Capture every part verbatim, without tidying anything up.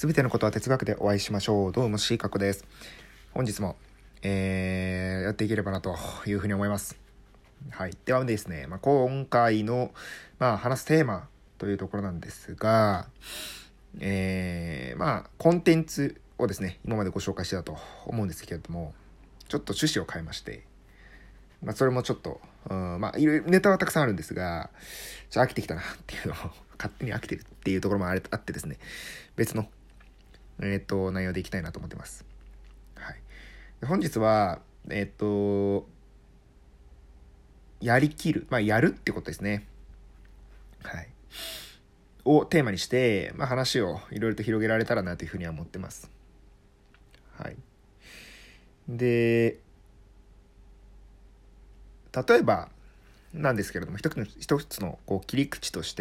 すべてのことは哲学でお会いしましょう。どうもしーかこです。本日も、えー、やっていければなというふうに思います。はい。ではですね、まあ、今回の、まあ、話すテーマというところなんですが、えー、まあ、コンテンツをですね、今までご紹介してたと思うんですけれども、ちょっと趣旨を変えまして、まあ、それもちょっと、うん、まあ、いろいろネタはたくさんあるんですが、ちょっと飽きてきたなっていうのを、勝手に飽きてるっていうところもあってですね、別の、えっと、内容でいきたいなと思ってます。はい。本日は、えっと、やりきる、まあ、やるってことですね。はい。をテーマにして、まあ、話をいろいろと広げられたらなというふうには思ってます。はい。で、例えばなんですけれども、一つの、一つのこう切り口として、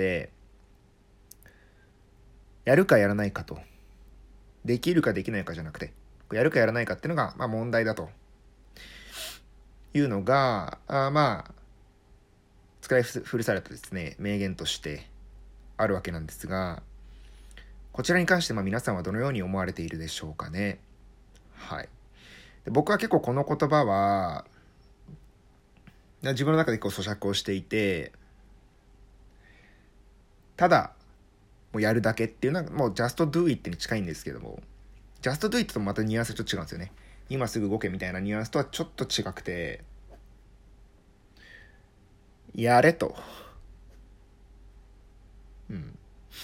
やるかやらないかと、できるかできないかじゃなくて、やるかやらないかっていうのが、まあ、問題だというのが、あまあ、使い古されたですね、名言としてあるわけなんですが、こちらに関してまあ皆さんはどのように思われているでしょうかね。はい。で僕は結構この言葉は、自分の中でこう咀嚼をしていて、ただ、もうやるだけっていうのはもう just do it に近いんですけども、just do it とまたニュアンスちょっと違うんですよね。今すぐ動けみたいなニュアンスとはちょっと違くて、やれと。うん。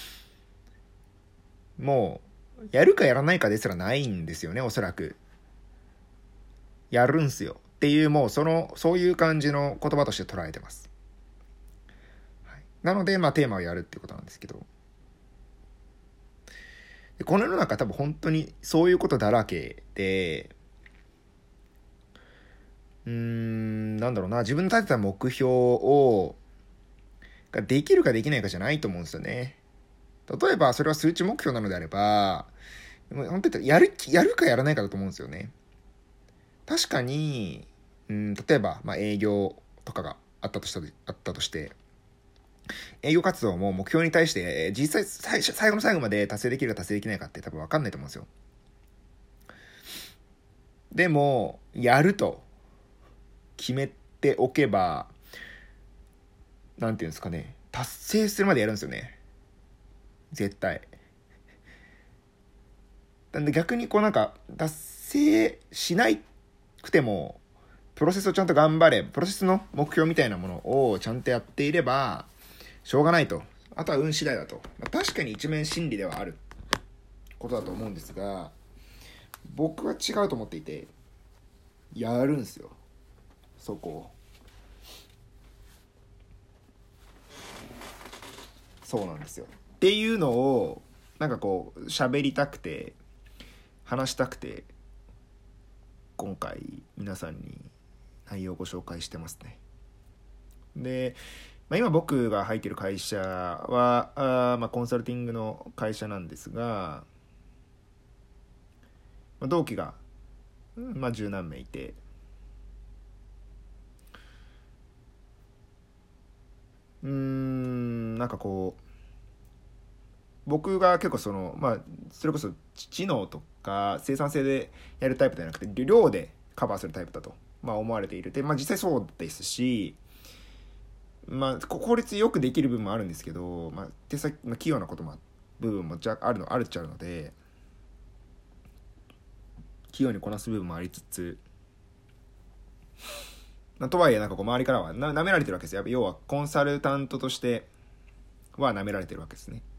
もう、やるかやらないかですらないんですよね、おそらく。やるんすよ。っていう、もうその、そういう感じの言葉として捉えてます。はい、なので、まあテーマをやるっていうことなんですけど。でこの世の中多分本当にそういうことだらけで、うーん、なんだろうな、自分の立てた目標を、ができるかできないかじゃないと思うんですよね。例えば、それは数値目標なのであれば、本当にやる、やるかやらないかだと思うんですよね。確かに、うん、例えば、まあ、営業とかがあったとしたあったとして、営業活動も目標に対して、実際最後の最後まで達成できるか達成できないかって多分分かんないと思うんですよ。でも、やると決めておけば、なんていうんですかね、達成するまでやるんですよね。絶対。なんで逆にこうなんか、達成しないくても、プロセスをちゃんと頑張れ、プロセスの目標みたいなものをちゃんとやっていれば、しょうがないと。あとは運次第だと。まあ、確かに一面真理ではあることだと思うんですが、僕は違うと思っていて、やるんすよ。そこを。そうなんですよ。っていうのを、なんかこう、喋りたくて、話したくて、今回皆さんに内容をご紹介してますね。で、まあ、今僕が入っている会社はあ、まあ、コンサルティングの会社なんですが、まあ、同期が、まあ、十何名いて、うーんなんかこう僕が結構そのまあそれこそ知能とか生産性でやるタイプじゃなくて量でカバーするタイプだと、まあ、思われているで、まあ、実際そうですし、まあ、効率よくできる部分もあるんですけど、まあ、手先、まあ、器用なことも部分もじゃあるのあるっちゃあるので、器用にこなす部分もありつつ、とはいえなんかこう周りからはな舐められてるわけですよ。要はコンサルタントとしては舐められてるわけですね。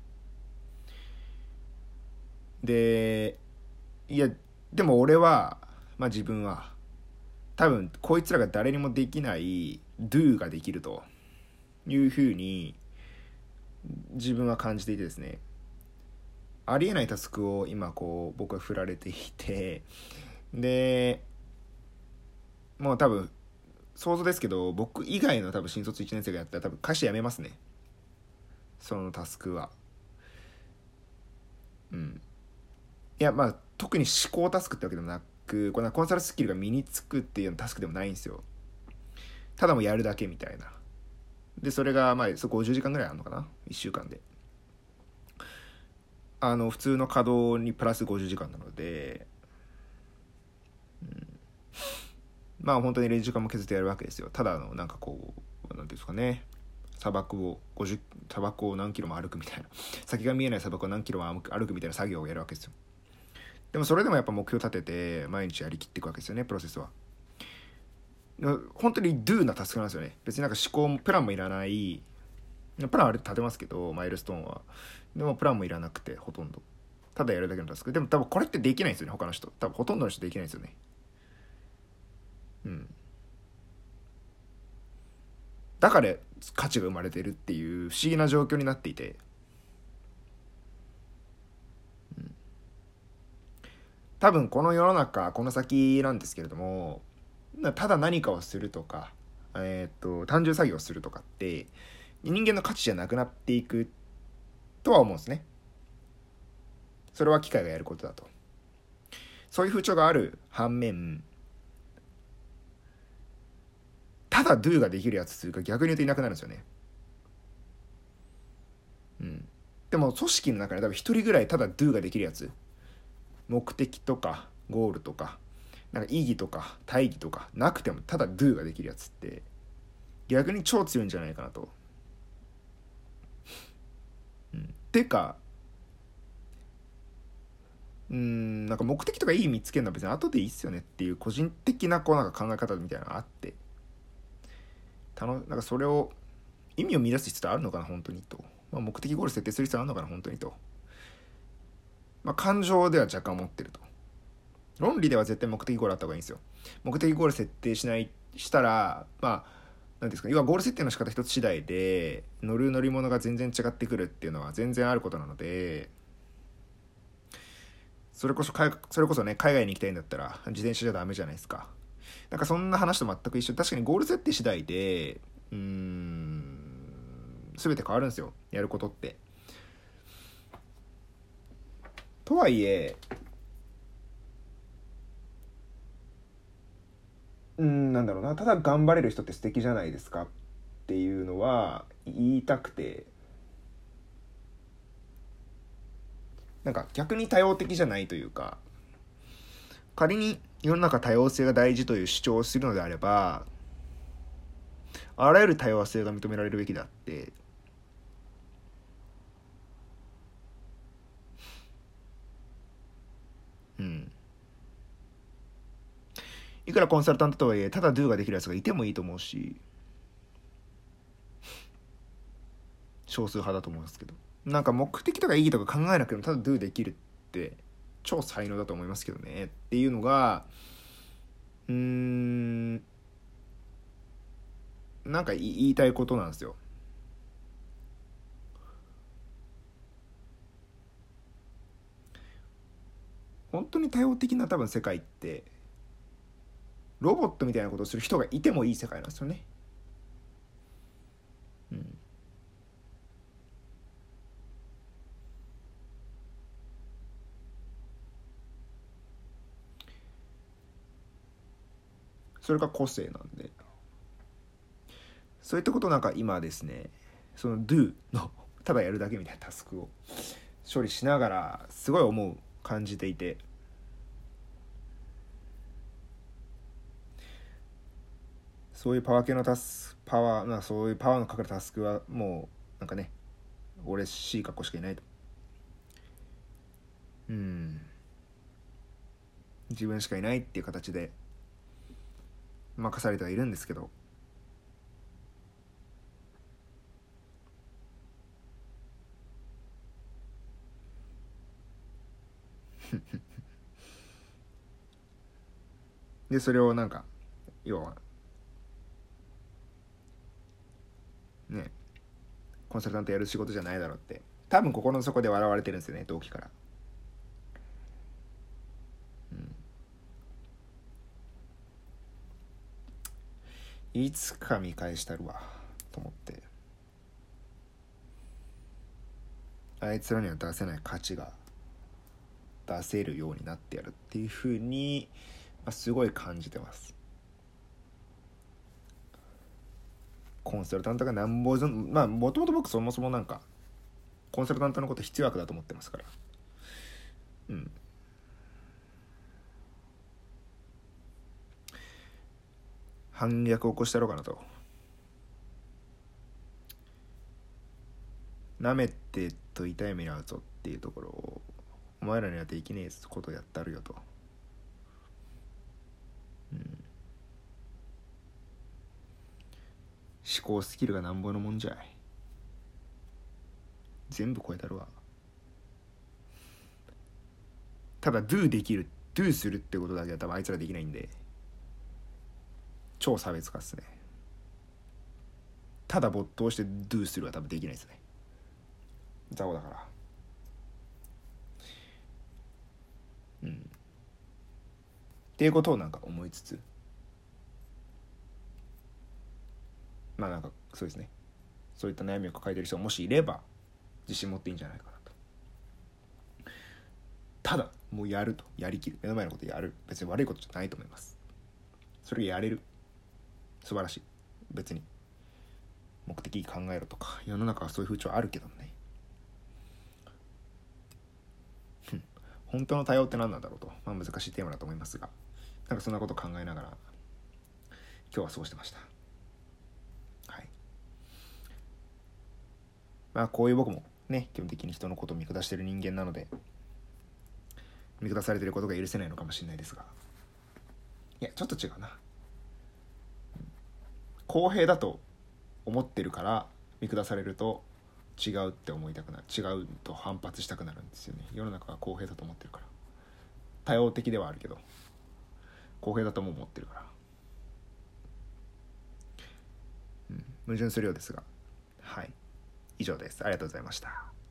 で、いやでも俺は、まあ、自分は多分こいつらが誰にもできない do ができるというふうに自分は感じていてですね、ありえないタスクを今こう僕は振られていて、でもう多分想像ですけど僕以外の多分新卒いちねん生がやったら多分会社辞めますね、そのタスクは。うんいやまあ特に思考タスクってわけでもなく、このコンサルスキルが身につくっていうタスクでもないんですよ。ただもうやるだけみたいな。でそれがまあそこごじゅうじかんぐらいあるのかな、いっしゅうかんで。 あの普通の稼働にプラスごじゅうじかんなので、うん、まあ本当に練習時間も削ってやるわけですよ。ただのなんかこうなんていうんですかね、砂漠をごじゅう砂漠を何キロも歩くみたいな、先が見えない砂漠を何キロも歩くみたいな作業をやるわけですよ。でもそれでもやっぱ目標立てて毎日やりきっていくわけですよね、プロセスは。本当に do なタスクなんですよね。別になんか思考もプランもいらない。プランあれ立てますけど、マイルストーンは。でもプランもいらなくて、ほとんど。ただやるだけのタスク。でも多分これってできないんですよね、他の人。多分ほとんどの人できないんですよね。うん。だから価値が生まれてるっていう不思議な状況になっていて。うん、多分この世の中、この先なんですけれども、ただ何かをするとか、えっと、単純作業をするとかって、人間の価値じゃなくなっていくとは思うんですね。それは機械がやることだと。そういう風潮がある反面、ただ do ができるやつというか逆に言うといなくなるんですよね。うん。でも組織の中で多分一人ぐらいただ do ができるやつ、目的とかゴールとか、なんか意義とか大義とかなくてもただ do ができるやつって逆に超強いんじゃないかなと。うん。てか、うーん、なんか目的とか意義見つけるのは別に後でいいっすよねっていう個人的なこうなんか考え方みたいなのがあって、たのなんかそれを意味を見出す必要あるのかな本当にと、まあ、目的ゴール設定する必要あるのかな本当にと、まあ、感情では若干持ってると。論理では絶対目的ゴールあった方がいいんですよ。目的ゴール設定しないしたらまあなんですか、要はゴール設定の仕方一つ次第で乗る乗り物が全然違ってくるっていうのは全然あることなので、それこそそれこそね海外に行きたいんだったら自転車じゃダメじゃないですか。なんかそんな話と全く一緒。確かにゴール設定次第でうーん全て変わるんですよ、やることって。とはいえうーんなんだろうな、ただ頑張れる人って素敵じゃないですかっていうのは言いたくて、なんか逆に多様的じゃないというか、仮に世の中多様性が大事という主張をするのであれば、あらゆる多様性が認められるべきであって、うん、いくらコンサルタントとはいえただ do ができるやつがいてもいいと思うし、少数派だと思うんですけど、なんか目的とか意義とか考えなくてもただ do できるって超才能だと思いますけどねっていうのが、うーんなんか言いたいことなんですよ。本当に多様的な多分世界ってロボットみたいなことをする人がいてもいい世界なんですよね。うん。それが個性なんで、そういったことをなんか今ですね、その do のただやるだけみたいなタスクを処理しながらすごい思う感じていて、そういうパワー系のタスパワーなそういうパワーのかかるタスクはもうなんかね俺しい格好しかいないと、うん自分しかいないっていう形で任されてはいるんですけど、でそれをなんか要はねコンサルタントやる仕事じゃないだろうって多分心の底で笑われてるんですよね、同期から。うん、いつか見返したるわと思って、あいつらには出せない価値が出せるようになってやるっていう風に、まあ、すごい感じてます。コンサルタントがなんぼまあもともと僕そもそもなんかコンサルタントのこと必要悪だと思ってますから、 うん反逆を起こしたろうかなと。なめてと痛い目に遭うぞっていうところを、お前らにはできねえことやったるよと。うん、思考スキルがなんぼのもんじゃい。全部超えたるわ。ただ do できる do するってことだけは多分あいつらできないんで、超差別化っすね。ただ没頭して do するは多分できないですね。雑魚だから。うん。っていうことをなんか思いつつ、まあなんかそうですね。そういった悩みを抱えている人がもしいれば自信持っていいんじゃないかなと。ただもうやると、やりきる、目の前のことやる、別に悪いことじゃないと思います。それやれる、素晴らしい。別に目的考えろとか世の中はそういう風潮あるけどね。本当の多様って何なんだろうと、まあ、難しいテーマだと思いますが、なんかそんなことを考えながら今日は過ごしてました。はい。まあこういう僕もね、基本的に人のことを見下してる人間なので、見下されてることが許せないのかもしれないですが、いやちょっと違うな。公平だと思ってるから見下されると違うって思いたくなる、違うと反発したくなるんですよね。世の中は公平だと思ってるから。多様的ではあるけど公平だとも思ってるから、うん、矛盾するようですが、はい、以上です。ありがとうございました。